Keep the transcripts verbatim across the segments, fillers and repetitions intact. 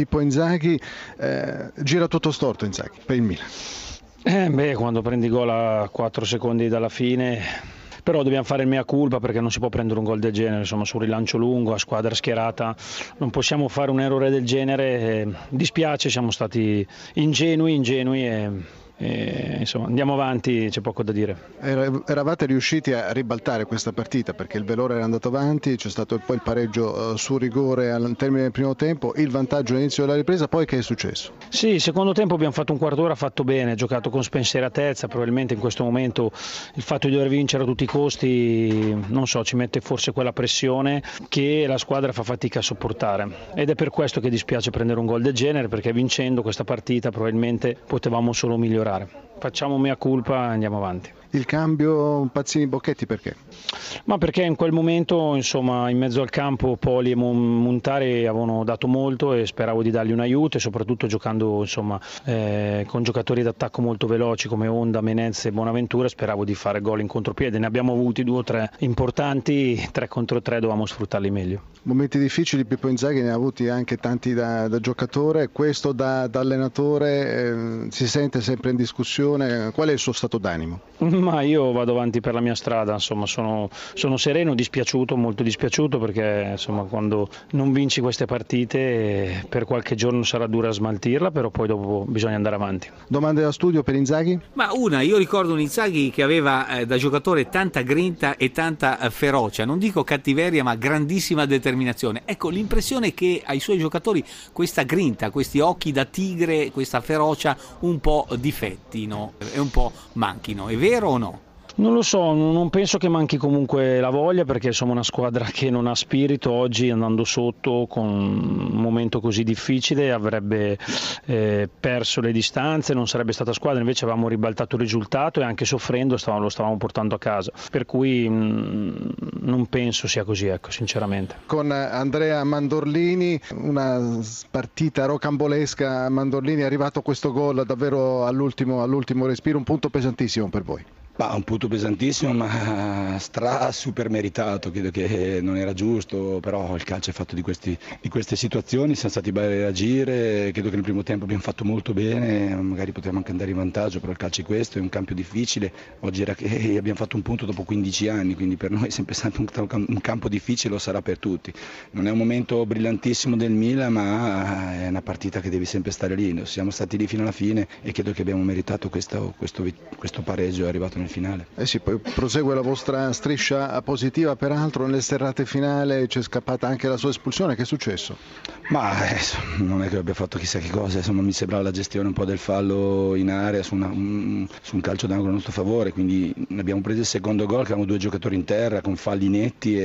Pippo Inzaghi, eh, gira tutto storto Inzaghi per il Milan. Eh, beh, quando prendi gol a quattro secondi dalla fine, però dobbiamo fare il mea culpa perché non si può prendere un gol del genere, insomma, sul rilancio lungo, a squadra schierata, non possiamo fare un errore del genere, eh, dispiace, siamo stati ingenui, ingenui e... E, insomma, andiamo avanti, c'è poco da dire. Eravate riusciti a ribaltare questa partita perché il Verona era andato avanti, c'è stato poi il pareggio uh, su rigore al termine del primo tempo, il vantaggio all'inizio della ripresa, poi che è successo? Sì, secondo tempo abbiamo fatto un quarto d'ora fatto bene, giocato con spensieratezza, probabilmente in questo momento il fatto di dover vincere a tutti i costi, non so, ci mette forse quella pressione che la squadra fa fatica a sopportare ed è per questo che dispiace prendere un gol del genere, perché vincendo questa partita probabilmente potevamo solo migliorare. Facciamo mea culpa e andiamo avanti. Il cambio Pazzini-Bocchetti perché? Ma perché in quel momento, insomma, in mezzo al campo Poli e Montari avevano dato molto e speravo di dargli un aiuto, e soprattutto giocando, insomma, eh, con giocatori d'attacco molto veloci come Onda, Menez e Bonaventura, speravo di fare gol in contropiede. Ne abbiamo avuti due o tre importanti, tre contro tre, dovevamo sfruttarli meglio. Momenti difficili Pippo Inzaghi ne ha avuti anche tanti da, da giocatore, questo da, da allenatore eh, si sente sempre in discussione, qual è il suo stato d'animo? Ma io vado avanti per la mia strada, insomma, sono, sono sereno, dispiaciuto, molto dispiaciuto perché insomma, quando non vinci queste partite per qualche giorno sarà dura smaltirla, però poi dopo bisogna andare avanti. Domande da studio per Inzaghi? Ma una, io ricordo un Inzaghi che aveva eh, da giocatore tanta grinta e tanta eh, ferocia, non dico cattiveria ma grandissima determinazione. Ecco, l'impressione che ai suoi giocatori questa grinta, questi occhi da tigre, questa ferocia un po' difettino e un po' manchino, è vero o no? Non lo so, non penso che manchi comunque la voglia, perché insomma una squadra che non ha spirito oggi, andando sotto con un momento così difficile, avrebbe eh, perso le distanze, non sarebbe stata squadra. Invece avevamo ribaltato il risultato e anche soffrendo stavamo, lo stavamo portando a casa, per cui mh, non penso sia così, ecco, sinceramente. Con Andrea Mandorlini, una partita rocambolesca, Mandorlini è arrivato a questo gol davvero all'ultimo, all'ultimo respiro, un punto pesantissimo per voi. Bah, un punto pesantissimo ma stra super meritato, credo che non era giusto, però il calcio è fatto di, questi, di queste situazioni, siamo stati bravi a reagire, credo che nel primo tempo abbiamo fatto molto bene, magari potevamo anche andare in vantaggio, però il calcio è questo, è un campo difficile, oggi era che abbiamo fatto un punto dopo quindici anni, quindi per noi è sempre stato un, un campo difficile, lo sarà per tutti. Non è un momento brillantissimo del Milan, ma è una partita che devi sempre stare lì, siamo stati lì fino alla fine e credo che abbiamo meritato questo, questo, questo pareggio, è arrivato nel finale. Eh sì, poi prosegue la vostra striscia positiva, peraltro nelle serate finali c'è scappata anche la sua espulsione, che è successo? Ma eh, non è che abbia fatto chissà che cosa, insomma mi sembrava la gestione un po' del fallo in area su, una, un, su un calcio d'angolo a nostro favore, quindi abbiamo preso il secondo gol, che avevamo due giocatori in terra con falli netti e,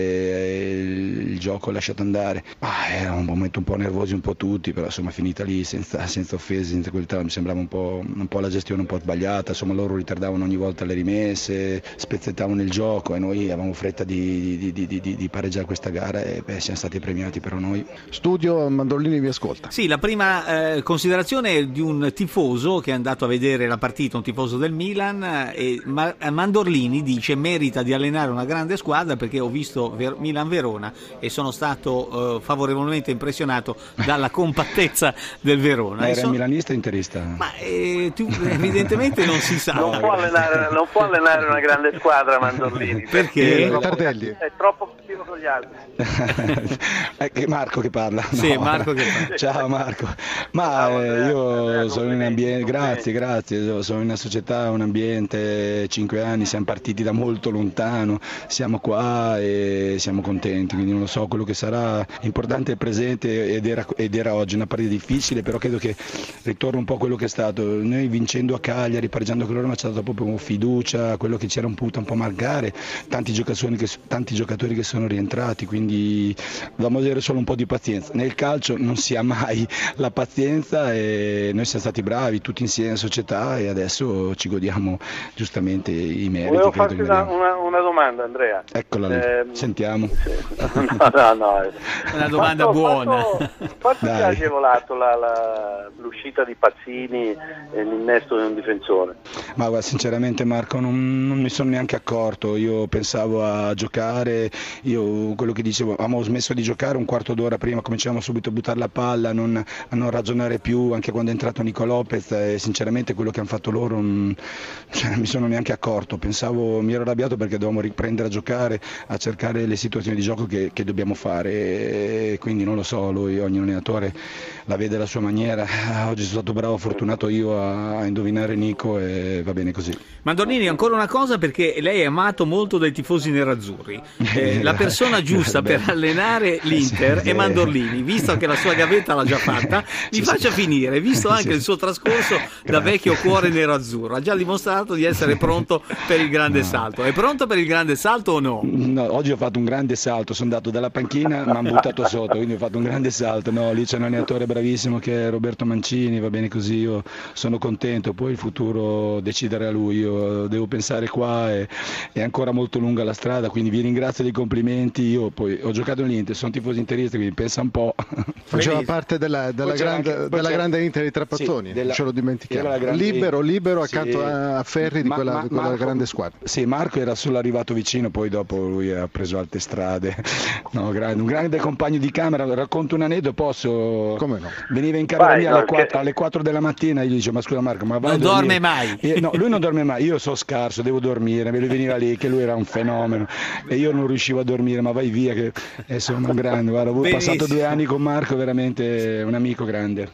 e il gioco lasciato andare. Ah, era un momento un po' nervosi un po' tutti, però insomma finita lì senza, senza offese, senza qualità, mi sembrava un po', un po' la gestione un po' sbagliata, insomma loro ritardavano ogni volta le rimesse, spezzettavano il gioco e noi avevamo fretta di, di, di, di, di pareggiare questa gara e beh, siamo stati premiati però noi. Studio, Mandorlini vi ascolta. Sì, la prima eh, considerazione è di un tifoso che è andato a vedere la partita, un tifoso del Milan, e Ma- Mandorlini dice merita di allenare una grande squadra perché ho visto Ver- Milan-Verona e sono stato eh, favorevolmente impressionato dalla compattezza del Verona. Ma era so- milanista o interista? Ma eh, tu, evidentemente non si sa. Non può allenare, non può allenare una grande squadra Mandorlini perché? È troppo, è troppo cattivo con gli altri. È Marco che parla. Sì, no. Marco che parla. Ciao Marco. Ma Ciao, eh, Andrea, io Andrea, sono in un ambiente, grazie, grazie, sono in una società, un ambiente, cinque anni, siamo partiti da molto lontano, siamo qua e siamo contenti, quindi non lo so, quello che sarà importante è presente ed era, ed era oggi una partita difficile, però credo che ritorna un po' quello che è stato, noi vincendo a Cagliari, pareggiando con loro, ma ci ha dato proprio fiducia, quello che c'era un punto un po' mancare, tanti giocatori che, tanti giocatori che sono rientrati, quindi dobbiamo avere solo un po' di pazienza. Nel calcio non si ha mai la pazienza e noi siamo stati bravi tutti insieme in società e adesso ci godiamo giustamente i meriti. Volevo farti una, una, una domanda, Andrea. Eccola lì, eh, sentiamo. No, no, no. Una domanda quanto, buona. Quanto, quanto ti ha agevolato la, la, l'uscita di Pazzini e l'innesto di un difensore? Ma guarda, sinceramente Marco non, non mi sono neanche accorto, io pensavo a giocare io quello che dicevo, avevamo smesso di giocare un quarto d'ora prima, cominciavamo subito a buttare la palla, a non, a non ragionare più, anche quando è entrato Nico Lopez, e sinceramente quello che hanno fatto loro non, cioè, non mi sono neanche accorto, pensavo, mi ero arrabbiato perché dovevamo riprendere a giocare, a cercare le situazioni di gioco che, che dobbiamo fare, e quindi non lo so, lui, ogni allenatore la vede alla sua maniera. Oggi sono stato bravo, fortunato io a, a indovinare Nico e va bene così. Mandorlini, ancora una cosa, perché lei è amato molto dai tifosi nerazzurri. Eh, la persona giusta per allenare l'Inter è Mandorlini, visto che la sua gavetta l'ha già fatta, mi faccia finire, visto anche il suo trascorso da vecchio cuore nerazzurro, ha già dimostrato di essere pronto per il grande salto. È pronto per il grande salto o no? No, oggi ho fatto un grande salto, sono andato dalla panchina, mi hanno buttato sotto, quindi ho fatto un grande salto. No, lì c'è un allenatore bravissimo che è Roberto Mancini, va bene così, io sono contento, poi il futuro deciderà lui, io devo pensare qua, e è ancora molto lunga la strada, quindi vi ringrazio dei complimenti. Io poi ho giocato all'Inter, sono tifoso interista, quindi pensa un po'. Faceva parte della, della, grande, anche, della grande Inter di Trapattoni, sì, della, ce lo dimentichiamo, grande, libero libero accanto sì, a Ferri di ma, quella, ma, di quella Marco, grande squadra. Sì, Marco era solo arrivato vicino, poi dopo lui ha preso altre strade. No, grande, un grande compagno di camera. Racconto un aneddoto, posso? Come no? Veniva in camera mia alle, quattro, alle quattro della mattina, io gli dicevo: ma scusa Marco, ma vai non dorme mai? E, no, lui non dorme mai, io sono scarso, devo dormire, me lui veniva lì che lui era un fenomeno e io non riuscivo a dormire, ma vai via che insomma un grande, guarda, ho passato due anni con Marco, veramente un amico grande.